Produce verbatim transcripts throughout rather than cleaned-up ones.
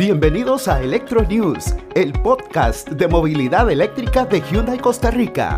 Bienvenidos a Electro News, el podcast de movilidad eléctrica de Hyundai Costa Rica.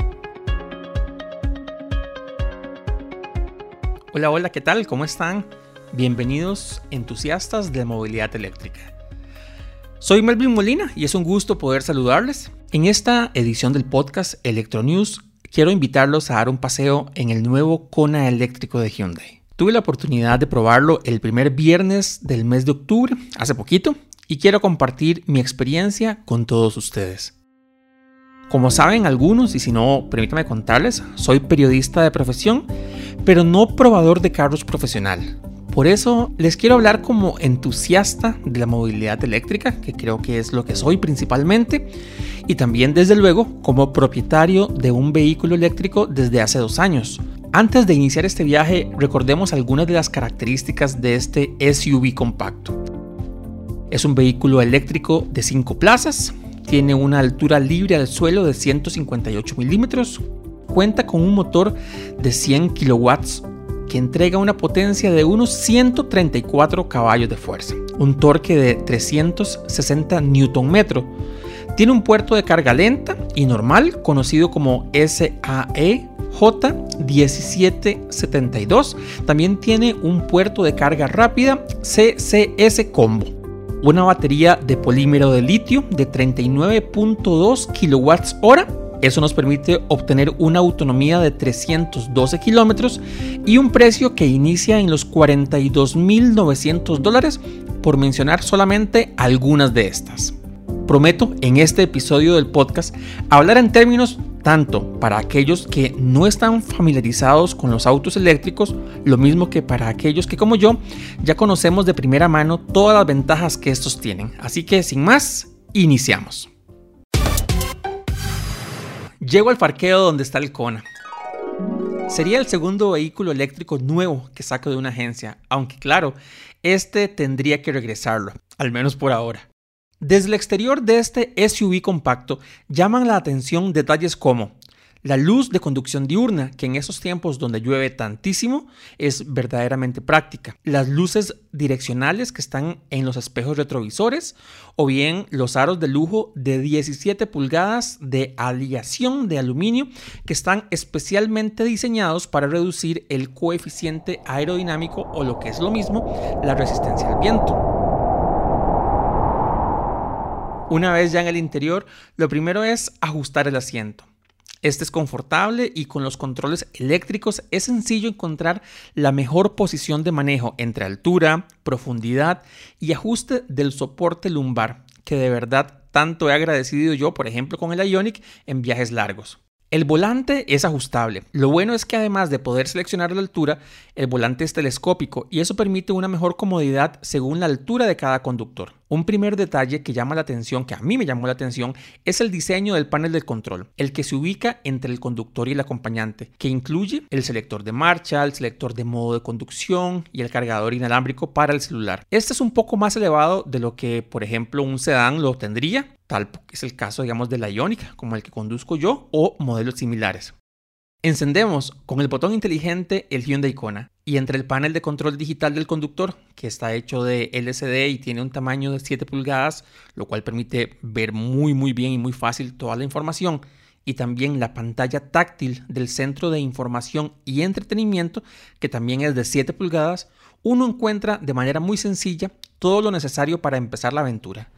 Hola, hola, ¿qué tal? ¿Cómo están? Bienvenidos, entusiastas de movilidad eléctrica. Soy Melvin Molina y es un gusto poder saludarles. En esta edición del podcast Electro News, quiero invitarlos a dar un paseo en el nuevo Kona eléctrico de Hyundai. Tuve la oportunidad de probarlo el primer viernes del mes de octubre, hace poquito, y quiero compartir mi experiencia con todos ustedes. Como saben algunos, y si no, permítanme contarles, soy periodista de profesión, pero no probador de carros profesional. Por eso les quiero hablar como entusiasta de la movilidad eléctrica, que creo que es lo que soy principalmente, y también desde luego como propietario de un vehículo eléctrico desde hace dos años. Antes de iniciar este viaje, recordemos algunas de las características de este S U V compacto. Es un vehículo eléctrico de cinco plazas, tiene una altura libre al suelo de ciento cincuenta y ocho milímetros, cuenta con un motor de cien kilowatts que entrega una potencia de unos ciento treinta y cuatro caballos de fuerza, un torque de trescientos sesenta newton metros. Tiene un puerto de carga lenta y normal conocido como S A E J diecisiete setenta y dos. También tiene un puerto de carga rápida C C S Combo. Una batería de polímero de litio de treinta y nueve punto dos kilowatts hora. Eso nos permite obtener una autonomía de trescientos doce kilómetros y un precio que inicia en los cuarenta y dos mil novecientos dólares, por mencionar solamente algunas de estas. Prometo en este episodio del podcast hablar en términos tanto para aquellos que no están familiarizados con los autos eléctricos, lo mismo que para aquellos que como yo ya conocemos de primera mano todas las ventajas que estos tienen. Así que sin más, iniciamos. Llego al parqueo donde está el Kona. Sería el segundo vehículo eléctrico nuevo que saco de una agencia, aunque claro, este tendría que regresarlo, al menos por ahora. Desde el exterior de este S U V compacto llaman la atención detalles como la luz de conducción diurna, que en esos tiempos donde llueve tantísimo es verdaderamente práctica, las luces direccionales que están en los espejos retrovisores o bien los aros de lujo de diecisiete pulgadas de aleación de aluminio que están especialmente diseñados para reducir el coeficiente aerodinámico o lo que es lo mismo, la resistencia al viento. Una vez ya en el interior, lo primero es ajustar el asiento. Este es confortable y con los controles eléctricos es sencillo encontrar la mejor posición de manejo entre altura, profundidad y ajuste del soporte lumbar, que de verdad tanto he agradecido yo, por ejemplo, con el Ioniq en viajes largos. El volante es ajustable. Lo bueno es que además de poder seleccionar la altura, el volante es telescópico y eso permite una mejor comodidad según la altura de cada conductor. Un primer detalle que llama la atención, que a mí me llamó la atención, es el diseño del panel de control, el que se ubica entre el conductor y el acompañante, que incluye el selector de marcha, el selector de modo de conducción y el cargador inalámbrico para el celular. Este es un poco más elevado de lo que, por ejemplo, un sedán lo tendría, tal es el caso, digamos, de la Ioniq, como el que conduzco yo, o modelos similares. Encendemos con el botón inteligente el Hyundai Kona y entre el panel de control digital del conductor, que está hecho de L C D y tiene un tamaño de siete pulgadas, lo cual permite ver muy muy bien y muy fácil toda la información, y también la pantalla táctil del centro de información y entretenimiento, que también es de siete pulgadas, uno encuentra de manera muy sencilla todo lo necesario para empezar la aventura.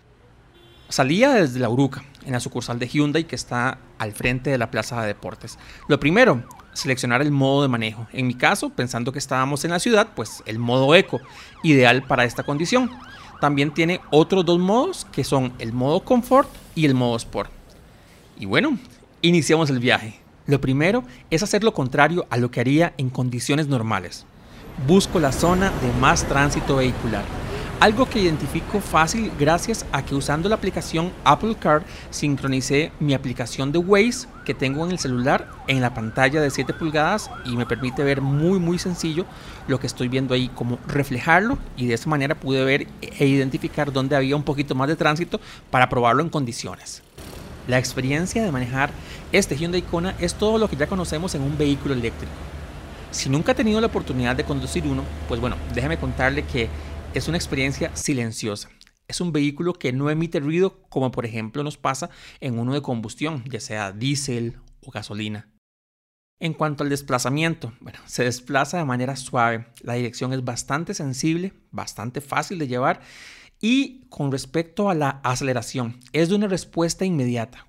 Salía desde La Uruca, en la sucursal de Hyundai que está al frente de la plaza de deportes. Lo primero, seleccionar el modo de manejo. En mi caso, pensando que estábamos en la ciudad, pues el modo Eco, ideal para esta condición. También tiene otros dos modos que son el modo Comfort y el modo Sport. Y bueno, iniciamos el viaje. Lo primero es hacer lo contrario a lo que haría en condiciones normales. Busco la zona de más tránsito vehicular. Algo que identifico fácil gracias a que usando la aplicación Apple Car sincronicé mi aplicación de Waze que tengo en el celular en la pantalla de siete pulgadas y me permite ver muy muy sencillo lo que estoy viendo ahí, como reflejarlo, y de esa manera pude ver e identificar dónde había un poquito más de tránsito para probarlo en condiciones. La experiencia de manejar este Hyundai Kona es todo lo que ya conocemos en un vehículo eléctrico. Si nunca ha tenido la oportunidad de conducir uno, pues bueno, déjeme contarle que es una experiencia silenciosa. Es un vehículo que no emite ruido como por ejemplo nos pasa en uno de combustión, ya sea diésel o gasolina. En cuanto al desplazamiento, bueno, se desplaza de manera suave, la dirección es bastante sensible, bastante fácil de llevar y con respecto a la aceleración, es de una respuesta inmediata.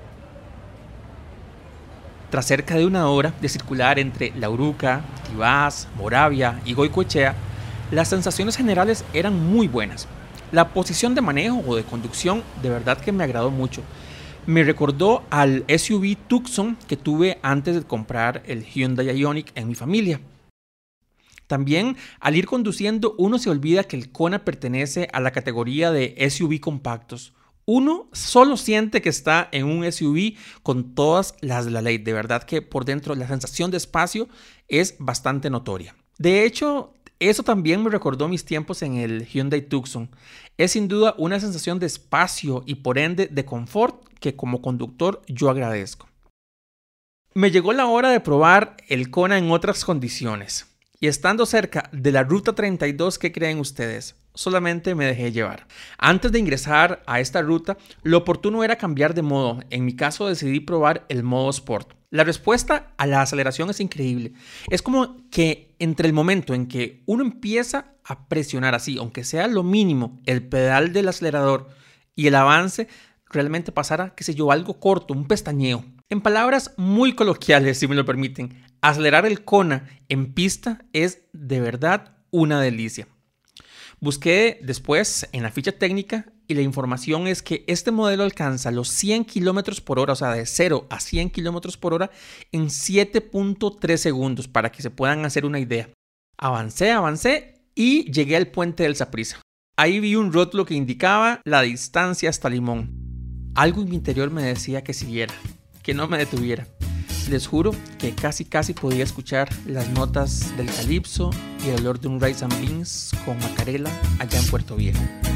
Tras cerca de una hora de circular entre La Uruca, Tibás, Moravia y Goicoechea, las sensaciones generales eran muy buenas. La posición de manejo o de conducción de verdad que me agradó mucho. Me recordó al S U V Tucson que tuve antes de comprar el Hyundai Ioniq en mi familia. También, al ir conduciendo, uno se olvida que el Kona pertenece a la categoría de S U V compactos. Uno solo siente que está en un S U V con todas las de la ley. De verdad que por dentro la sensación de espacio es bastante notoria. De hecho, eso también me recordó mis tiempos en el Hyundai Tucson. Es sin duda una sensación de espacio y por ende de confort que como conductor yo agradezco. Me llegó la hora de probar el Kona en otras condiciones. Y estando cerca de la Ruta treinta y dos, ¿qué creen ustedes? Solamente me dejé llevar. Antes de ingresar a esta ruta, lo oportuno era cambiar de modo. En mi caso decidí probar el modo Sport. La respuesta a la aceleración es increíble. Es como que entre el momento en que uno empieza a presionar así, aunque sea lo mínimo, el pedal del acelerador y el avance, realmente pasara, qué sé yo, algo corto, un pestañeo. En palabras muy coloquiales, si me lo permiten, acelerar el Kona en pista es de verdad una delicia. Busqué después en la ficha técnica y la información es que este modelo alcanza los cien kilómetros por hora, o sea, de cero a cien kilómetros por hora en siete punto tres segundos, para que se puedan hacer una idea. Avancé, avancé y llegué al puente del Saprissa. Ahí vi un rótulo que indicaba la distancia hasta Limón. Algo en mi interior me decía que siguiera, que no me detuviera. Les juro que casi casi podía escuchar las notas del calipso y el olor de un rice and beans con macarela allá en Puerto Viejo.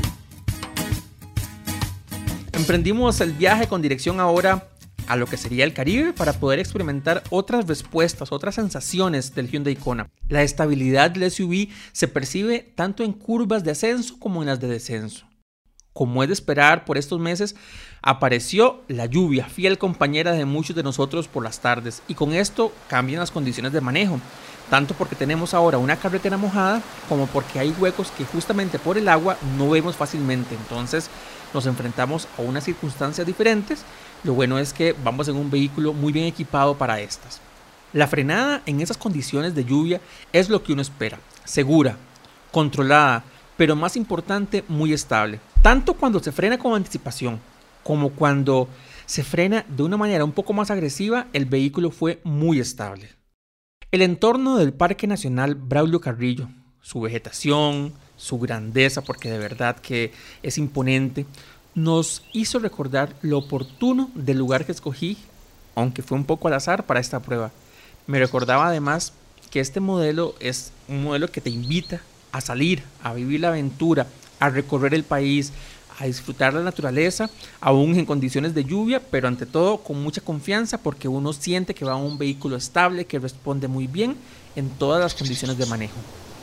Emprendimos el viaje con dirección ahora a lo que sería el Caribe para poder experimentar otras respuestas, otras sensaciones del Hyundai Kona. La estabilidad del S U V se percibe tanto en curvas de ascenso como en las de descenso. Como es de esperar, por estos meses apareció la lluvia, fiel compañera de muchos de nosotros por las tardes, y con esto cambian las condiciones de manejo, tanto porque tenemos ahora una carretera mojada como porque hay huecos que justamente por el agua no vemos fácilmente. Entonces nos enfrentamos a unas circunstancias diferentes. Lo bueno es que vamos en un vehículo muy bien equipado para estas. La frenada en esas condiciones de lluvia es lo que uno espera, segura, controlada, pero más importante, muy estable. Tanto cuando se frena con anticipación como cuando se frena de una manera un poco más agresiva, el vehículo fue muy estable. El entorno del Parque Nacional Braulio Carrillo, su vegetación, su grandeza, porque de verdad que es imponente, nos hizo recordar lo oportuno del lugar que escogí, aunque fue un poco al azar para esta prueba. Me recordaba además que este modelo es un modelo que te invita a salir, a vivir la aventura, a recorrer el país, a disfrutar la naturaleza, aún en condiciones de lluvia, pero ante todo con mucha confianza porque uno siente que va en un vehículo estable que responde muy bien en todas las condiciones de manejo.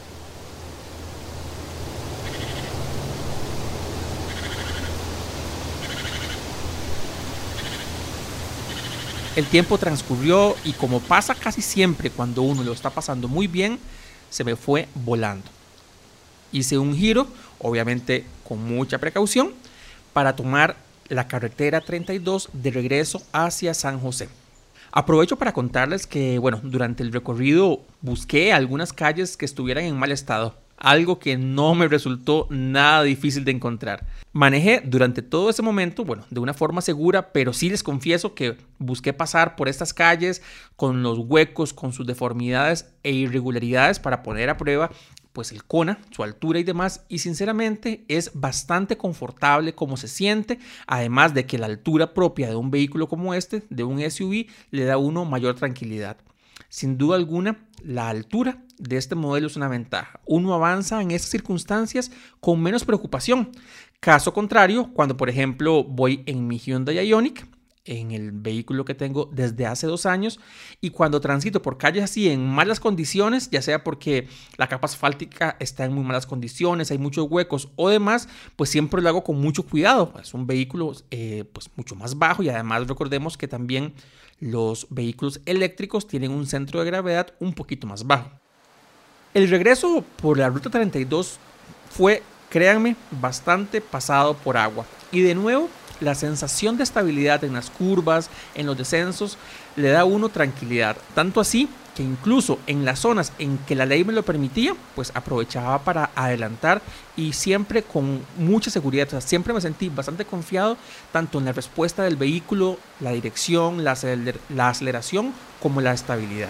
El tiempo transcurrió y como pasa casi siempre cuando uno lo está pasando muy bien, se me fue volando. Hice un giro, obviamente con mucha precaución, para tomar la carretera treinta y dos de regreso hacia San José. Aprovecho para contarles que, bueno, durante el recorrido busqué algunas calles que estuvieran en mal estado, algo que no me resultó nada difícil de encontrar. Manejé durante todo ese momento, bueno, de una forma segura, pero sí les confieso que busqué pasar por estas calles con los huecos, con sus deformidades e irregularidades para poner a prueba pues el Kona, su altura y demás, y sinceramente es bastante confortable como se siente, además de que la altura propia de un vehículo como este, de un S U V, le da a uno mayor tranquilidad. Sin duda alguna, la altura de este modelo es una ventaja. Uno avanza en estas circunstancias con menos preocupación. Caso contrario, cuando por ejemplo voy en mi Hyundai Ioniq, en el vehículo que tengo desde hace dos años y cuando transito por calles así en malas condiciones, ya sea porque la capa asfáltica está en muy malas condiciones, hay muchos huecos o demás, pues siempre lo hago con mucho cuidado. Es un vehículo eh, pues mucho más bajo y además recordemos que también los vehículos eléctricos tienen un centro de gravedad un poquito más bajo. El regreso por la ruta treinta y dos fue, créanme, bastante pasado por agua y de nuevo la sensación de estabilidad en las curvas, en los descensos, le da a uno tranquilidad. Tanto así que incluso en las zonas en que la ley me lo permitía, pues aprovechaba para adelantar y siempre con mucha seguridad. O sea, siempre me sentí bastante confiado tanto en la respuesta del vehículo, la dirección, la, aceler- la aceleración como la estabilidad.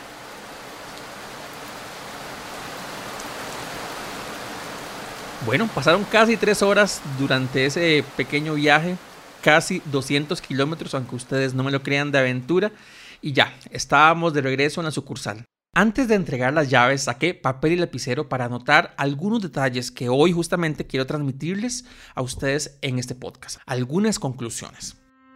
Bueno, pasaron casi tres horas durante ese pequeño viaje, casi doscientos kilómetros, aunque ustedes no me lo crean, de aventura, y ya, estábamos de regreso en la sucursal. Antes de entregar las llaves, saqué papel y lapicero para anotar algunos detalles que hoy justamente quiero transmitirles a ustedes en este podcast. Algunas conclusiones.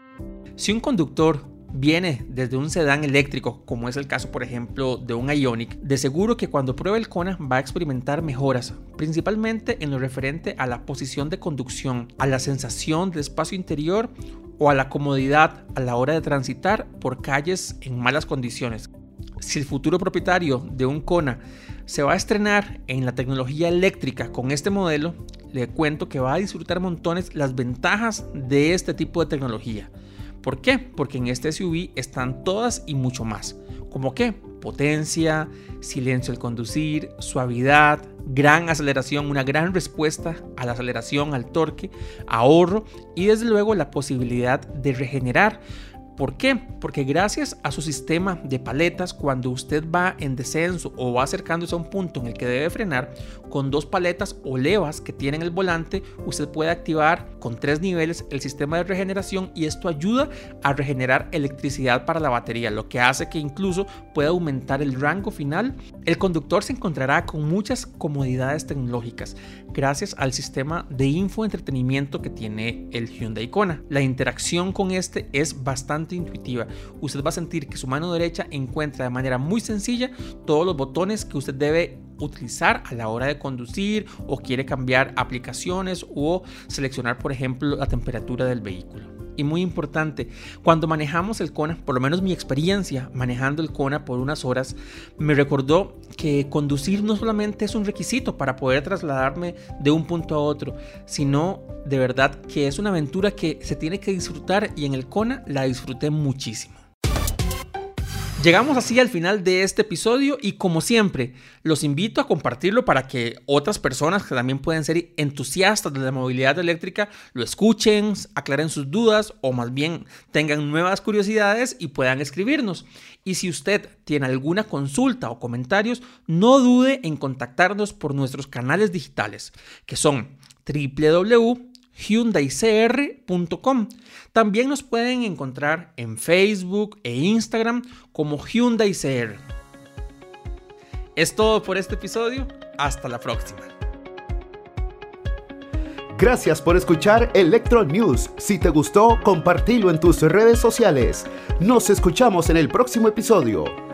Si un conductor viene desde un sedán eléctrico, como es el caso por ejemplo de un Ioniq, de seguro que cuando pruebe el Kona va a experimentar mejoras, principalmente en lo referente a la posición de conducción, a la sensación de espacio interior o a la comodidad a la hora de transitar por calles en malas condiciones. Si el futuro propietario de un Kona se va a estrenar en la tecnología eléctrica con este modelo, le cuento que va a disfrutar montones las ventajas de este tipo de tecnología. ¿Por qué? Porque en este S U V están todas y mucho más. ¿Cómo qué? Potencia, silencio al conducir, suavidad, gran aceleración, una gran respuesta a la aceleración, al torque, ahorro y desde luego la posibilidad de regenerar. ¿Por qué? Porque gracias a su sistema de paletas, cuando usted va en descenso o va acercándose a un punto en el que debe frenar, con dos paletas o levas que tienen el volante, usted puede activar con tres niveles el sistema de regeneración y esto ayuda a regenerar electricidad para la batería, lo que hace que incluso pueda aumentar el rango final. El conductor se encontrará con muchas comodidades tecnológicas gracias al sistema de infoentretenimiento que tiene el Hyundai Kona. La interacción con este es bastante intuitiva. Usted va a sentir que su mano derecha encuentra de manera muy sencilla todos los botones que usted debe utilizar a la hora de conducir o quiere cambiar aplicaciones o seleccionar, por ejemplo, la temperatura del vehículo. Y muy importante, cuando manejamos el Kona, por lo menos mi experiencia manejando el Kona por unas horas, me recordó que conducir no solamente es un requisito para poder trasladarme de un punto a otro, sino de verdad que es una aventura que se tiene que disfrutar y en el Kona la disfruté muchísimo. Llegamos así al final de este episodio y como siempre los invito a compartirlo para que otras personas que también pueden ser entusiastas de la movilidad eléctrica lo escuchen, aclaren sus dudas o más bien tengan nuevas curiosidades y puedan escribirnos. Y si usted tiene alguna consulta o comentarios, no dude en contactarnos por nuestros canales digitales que son doble u doble u doble u punto hyundai c r punto com. También nos pueden encontrar en Facebook e Instagram como Hyundai C R. Es todo por este episodio. Hasta la próxima. Gracias por escuchar Electro News. Si te gustó, compartilo en tus redes sociales. Nos escuchamos en el próximo episodio.